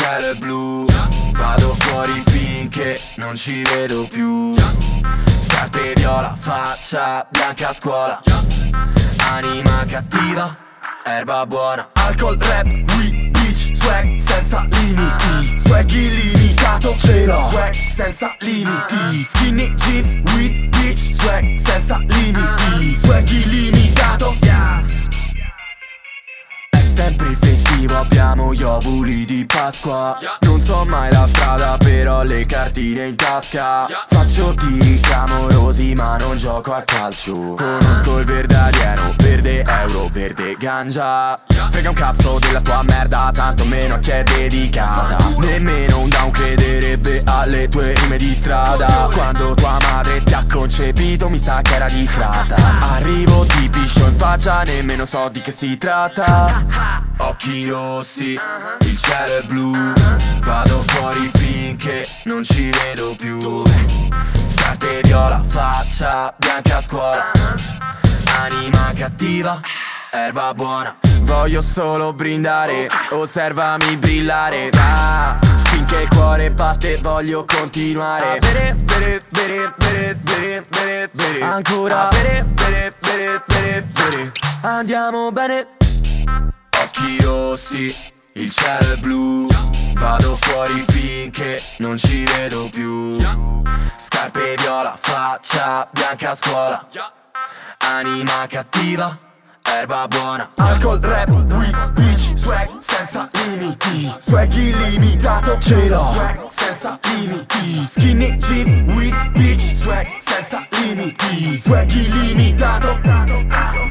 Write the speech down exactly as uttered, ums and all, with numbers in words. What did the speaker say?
cielo è blu. Vado fuori finché non ci vedo più. Scarpe viola, faccia bianca a scuola. Anima cattiva, erba buona. Alcol, rap, weed, beach, swag senza limiti. Swag illimitato, ce l'ho. Swag senza limiti. Skinny jeans, weed, beach, swag senza limiti. Swag illimitato, yeah. Sempre festivo, abbiamo gli ovuli di Pasqua. Non so mai la strada, però le cartine in tasca. Faccio tiri clamorosi ma non gioco a calcio. Conosco il verde alieno, verde euro, verde ganja. Frega un cazzo della tua merda, tanto meno a chi è dedicata. Nemmeno un down crederebbe alle tue rime di strada. Quando tua madre ti ha concepito mi sa che era distratta. Arrivo, ti piscio in faccia, nemmeno so di che si tratta. Occhi rossi, il cielo è blu. Vado fuori finché non ci vedo più. Scarpe viola, faccia bianca a scuola. Anima cattiva, erba buona. Voglio solo brindare, osservami brillare. Ah, finché il cuore batte voglio continuare. Bere, bere, bere, bere, bere, bere, bere. Ancora bere, bere, bere, bere, bere. Andiamo bene. Occhi rossi, il cielo è blu. Vado fuori finché non ci vedo più. Scarpe viola, faccia bianca a scuola. Anima cattiva, erba buona. Alcol, rap, weed, beach, swag senza limiti. Swag illimitato, ce l'ho. Swag senza limiti. Skinny jeans, weed, beach, swag senza limiti. Swag illimitato.